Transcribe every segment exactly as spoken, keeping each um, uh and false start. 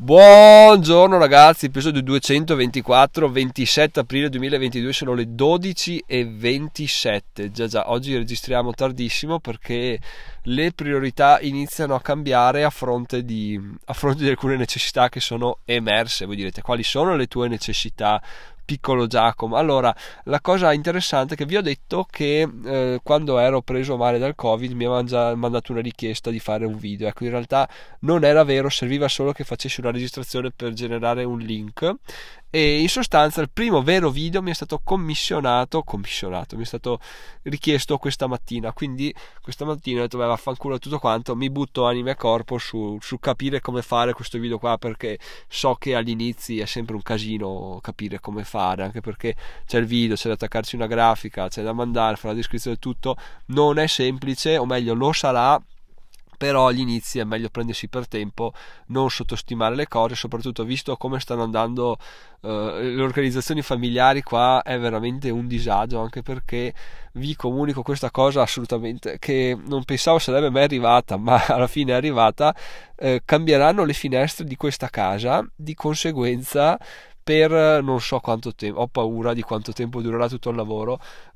Buongiorno ragazzi, episodio duecentoventiquattro, ventisette aprile duemilaventidue, sono le dodici e ventisette. Già già, oggi registriamo tardissimo perché le priorità iniziano a cambiare a fronte di, a fronte di alcune necessità che sono emerse. Voi direte, quali sono le tue necessità, piccolo Giacomo? Allora, la cosa interessante è che vi ho detto che eh, quando ero preso male dal Covid mi avevano già mandato una richiesta di fare un video. Ecco, in realtà non era vero, serviva solo che facessi una registrazione per generare un link, e in sostanza il primo vero video mi è stato commissionato commissionato mi è stato richiesto questa mattina. Quindi questa mattina ho detto beh, vaffanculo tutto quanto, mi butto anima e corpo su, su capire come fare questo video qua, perché so che agli inizi è sempre un casino capire come fare, anche perché c'è il video, c'è da attaccarci una grafica, c'è da mandare, fare la descrizione, tutto non è semplice, o meglio lo sarà, però agli inizi è meglio prendersi per tempo, non sottostimare le cose, soprattutto visto come stanno andando uh, le organizzazioni familiari. Qua è veramente un disagio, anche perché vi comunico questa cosa assolutamente che non pensavo sarebbe mai arrivata, ma alla fine è arrivata. Eh, cambieranno le finestre di questa casa, di conseguenza per non so quanto tempo, ho paura di quanto tempo durerà tutto il lavoro.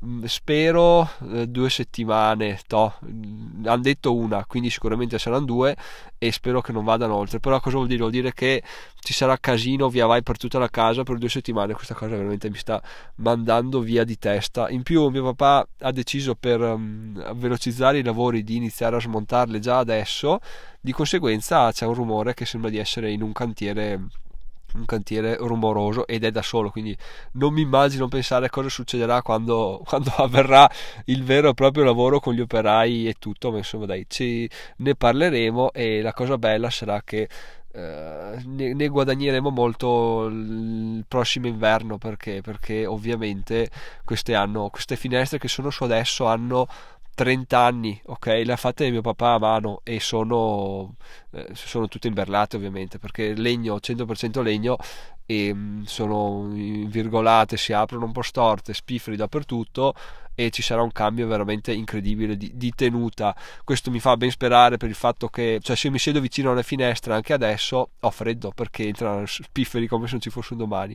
Spero eh, due settimane, toh, hanno detto una, quindi sicuramente saranno due, e spero che non vadano oltre. Però cosa vuol dire? Vuol dire che ci sarà casino via vai per tutta la casa per due settimane. Questa cosa veramente mi sta mandando via di testa. In più mio papà ha deciso, per um, velocizzare i lavori, di iniziare a smontarle già adesso. Di conseguenza c'è un rumore che sembra di essere in un cantiere un cantiere rumoroso, ed è da solo, quindi non mi immagino pensare cosa succederà quando, quando avverrà il vero e proprio lavoro con gli operai e tutto. Ma insomma dai, ci, ne parleremo, e la cosa bella sarà che eh, ne, ne guadagneremo molto il prossimo inverno, perché perché ovviamente queste, hanno, queste finestre che sono su adesso hanno trenta anni, ok? Le ha fatte mio papà a mano e sono, eh, sono tutte imberlate, ovviamente, perché legno, cento per cento legno, e mh, sono virgolate, si aprono un po' storte, spifferi dappertutto, e ci sarà un cambio veramente incredibile di, di tenuta. Questo mi fa ben sperare, per il fatto che, cioè, se mi siedo vicino alle finestre anche adesso ho freddo, perché entrano spifferi come se non ci fosse un domani.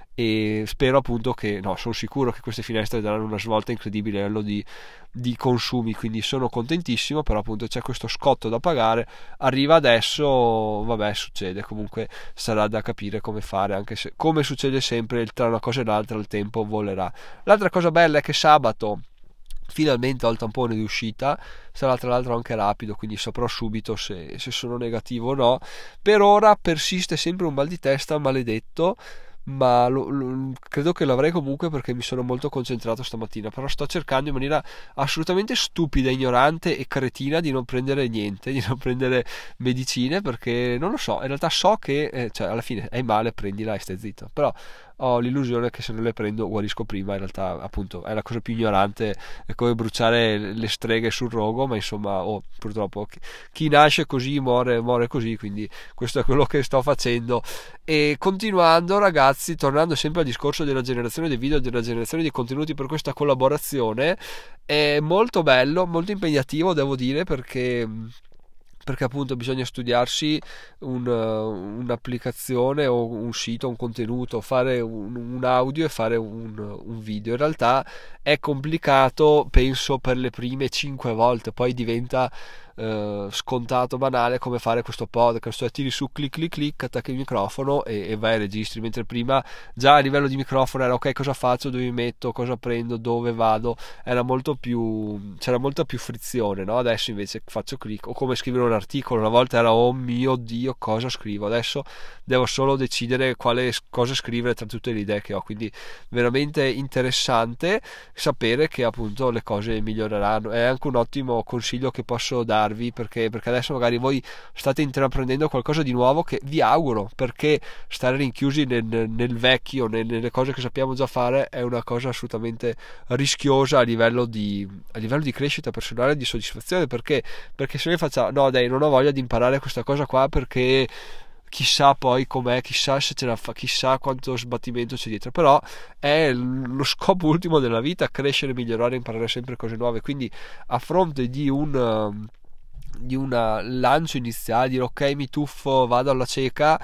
E spero appunto che, no, sono sicuro che queste finestre daranno una svolta incredibile a livello di, di consumi, quindi sono contentissimo. Però appunto c'è questo scotto da pagare, arriva adesso, vabbè, succede, comunque sarà da capire come fare, anche se, come succede sempre, tra una cosa e l'altra il tempo volerà. L'altra cosa bella è che sabato finalmente ho il tampone di uscita, sarà tra l'altro anche rapido, quindi saprò subito se, se sono negativo o no. Per ora persiste sempre un mal di testa maledetto, ma lo, lo, credo che l'avrei comunque, perché mi sono molto concentrato stamattina. Però sto cercando in maniera assolutamente stupida, ignorante e cretina di non prendere niente, di non prendere medicine, perché non lo so, in realtà so che eh, cioè alla fine hai male, prendila e stai zitto. Però ho l'illusione che se non le prendo guarisco prima. In realtà appunto è la cosa più ignorante, è come bruciare le streghe sul rogo, ma insomma, oh, purtroppo chi, chi nasce così muore, muore così, quindi questo è quello che sto facendo. E continuando ragazzi, tornando sempre al discorso della generazione dei video, della generazione dei contenuti per questa collaborazione, è molto bello, molto impegnativo, devo dire, perché perché appunto bisogna studiarsi un, un'applicazione o un sito, un contenuto, fare un, un audio e fare un, un video. In realtà è complicato, penso, per le prime cinque volte, poi diventa eh, scontato, banale, come fare questo podcast, cioè tiri su clic clic clic, attacchi il microfono e, e vai e registri, mentre prima già a livello di microfono era ok, cosa faccio, dove mi metto, cosa prendo, dove vado, era molto più, c'era molta più frizione, no? Adesso invece faccio clic, o come scrivere un articolo, una volta era oh mio dio cosa scrivo, adesso devo solo decidere quale cosa scrivere tra tutte le idee che ho. Quindi veramente interessante sapere che appunto le cose miglioreranno. È anche un ottimo consiglio che posso darvi, perché, perché adesso magari voi state intraprendendo qualcosa di nuovo, che vi auguro, perché stare rinchiusi nel, nel vecchio, nel, nelle cose che sappiamo già fare, è una cosa assolutamente rischiosa a livello di, a livello di crescita personale e di soddisfazione, perché, perché se noi facciamo no dai non ho voglia di imparare questa cosa qua, perché chissà poi com'è, chissà se ce la fa, chissà quanto sbattimento c'è dietro. Però è lo scopo ultimo della vita, crescere, migliorare, imparare sempre cose nuove. Quindi a fronte di un di un lancio iniziale, dire ok mi tuffo, vado alla cieca,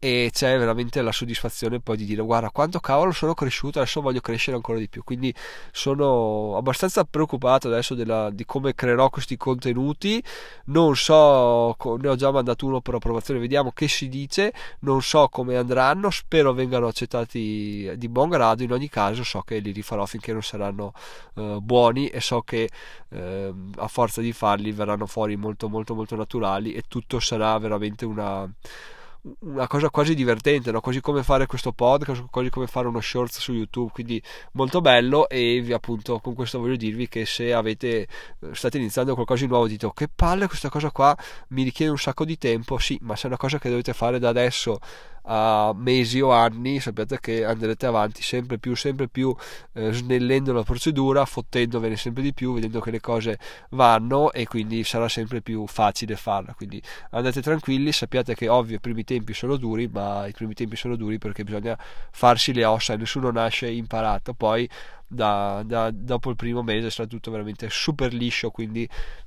e c'è veramente la soddisfazione poi di dire guarda quanto cavolo sono cresciuto, adesso voglio crescere ancora di più. Quindi sono abbastanza preoccupato adesso della, di come creerò questi contenuti. Non so, ne ho già mandato uno per approvazione, vediamo che si dice, non so come andranno, spero vengano accettati di buon grado. In ogni caso so che li rifarò finché non saranno eh, buoni, e so che eh, a forza di farli verranno fuori molto molto molto naturali, e tutto sarà veramente una una cosa quasi divertente, no? Quasi come fare questo podcast, quasi come fare uno shorts su YouTube, quindi molto bello. E vi, appunto, con questo voglio dirvi che se avete state iniziando qualcosa di nuovo, dite oh, che palle questa cosa qua, mi richiede un sacco di tempo. Sì, ma se è una cosa che dovete fare da adesso a mesi o anni, sappiate che andrete avanti sempre più sempre più eh, snellendo la procedura, fottendovene sempre di più, vedendo che le cose vanno, e quindi sarà sempre più facile farla. Quindi andate tranquilli, sappiate che ovvio i primi tempi sono duri, ma i primi tempi sono duri perché bisogna farsi le ossa, nessuno nasce imparato. Poi da, da, dopo il primo mese sarà tutto veramente super liscio, quindi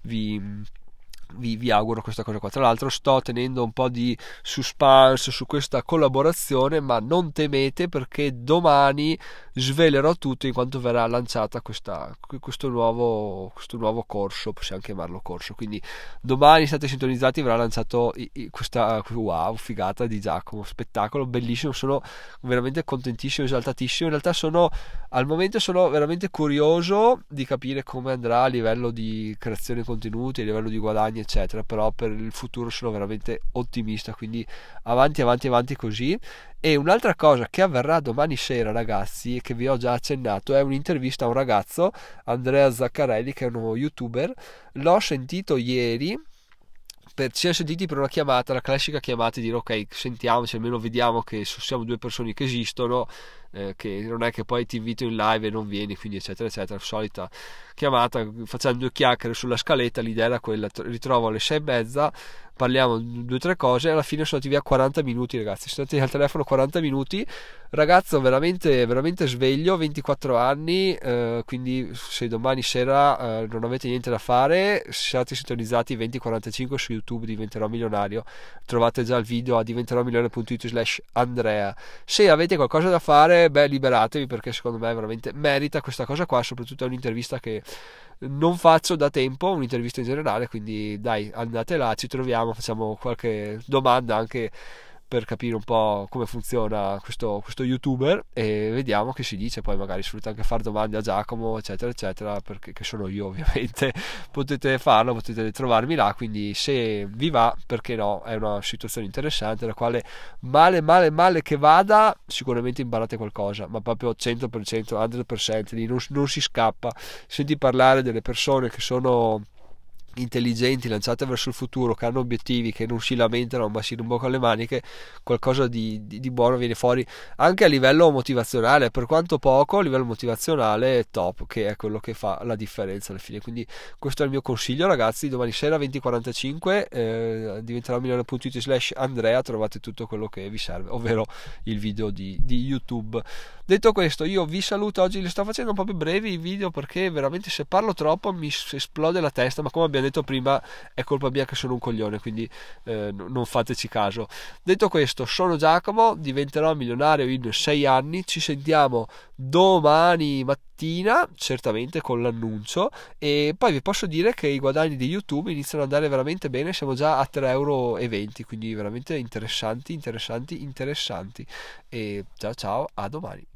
vi Vi, vi auguro questa cosa qua. Tra l'altro sto tenendo un po' di suspense su questa collaborazione, ma non temete perché domani svelerò tutto in quanto verrà lanciata questa, questo, nuovo, questo nuovo corso, possiamo chiamarlo corso. Quindi domani state sintonizzati, verrà lanciato i, i, questa wow figata di Giacomo, spettacolo bellissimo, sono veramente contentissimo, esaltatissimo. In realtà sono al momento sono veramente curioso di capire come andrà a livello di creazione contenuti, a livello di guadagni eccetera, però per il futuro sono veramente ottimista, quindi avanti avanti avanti così. E un'altra cosa che avverrà domani sera, ragazzi, e che vi ho già accennato, è un'intervista a un ragazzo, Andrea Zaccarelli, che è uno youtuber. L'ho sentito ieri, per, ci siamo sentiti per una chiamata, la classica chiamata di dire ok, sentiamoci, almeno vediamo che siamo due persone che esistono, eh, che non è che poi ti invito in live e non vieni, quindi eccetera eccetera, solita chiamata, facciamo due chiacchiere sulla scaletta. L'idea era quella, ritrovo alle sei e mezza, parliamo due o tre cose, e alla fine sono andati via quaranta minuti, ragazzi, sono stati al telefono quaranta minuti. Ragazzo veramente veramente sveglio, ventiquattro anni, eh, quindi se domani sera eh, non avete niente da fare, siate sintonizzati venti quarantacinque su YouTube, diventerò milionario, trovate già il video a diventerò milione punto it slash Andrea. Se avete qualcosa da fare, beh, liberatevi, perché secondo me veramente merita questa cosa qua, soprattutto è un'intervista che non faccio da tempo, un'intervista in generale, quindi dai, andate là, ci troviamo, facciamo qualche domanda anche per capire un po' come funziona questo, questo youtuber, e vediamo che si dice. Poi magari sfrutta anche fare domande a Giacomo eccetera eccetera, perché che sono io ovviamente, potete farlo, potete trovarmi là, quindi se vi va, perché no, è una situazione interessante, la quale male male male che vada sicuramente imparate qualcosa, ma proprio cento per cento, cento per cento, lì non, non si scappa. Senti parlare delle persone che sono intelligenti, lanciate verso il futuro, che hanno obiettivi, che non si lamentano ma si rimboccano le maniche, qualcosa di, di, di buono viene fuori anche a livello motivazionale, per quanto poco a livello motivazionale è top, che è quello che fa la differenza alla fine. Quindi questo è il mio consiglio, ragazzi. Domani sera venti quarantacinque eh, diventerà milione punto it slash Andrea, trovate tutto quello che vi serve, ovvero il video di, di YouTube. Detto questo, io vi saluto. Oggi li sto facendo un po' più brevi i video, perché veramente se parlo troppo mi esplode la testa, ma come abbiamo detto prima è colpa mia che sono un coglione, quindi eh, non fateci caso. Detto questo, sono Giacomo, diventerò milionario in sei anni, ci sentiamo domani mattina certamente con l'annuncio, e poi vi posso dire che i guadagni di YouTube iniziano ad andare veramente bene, siamo già a tre euro e venti, quindi veramente interessanti interessanti interessanti. E ciao ciao, a domani.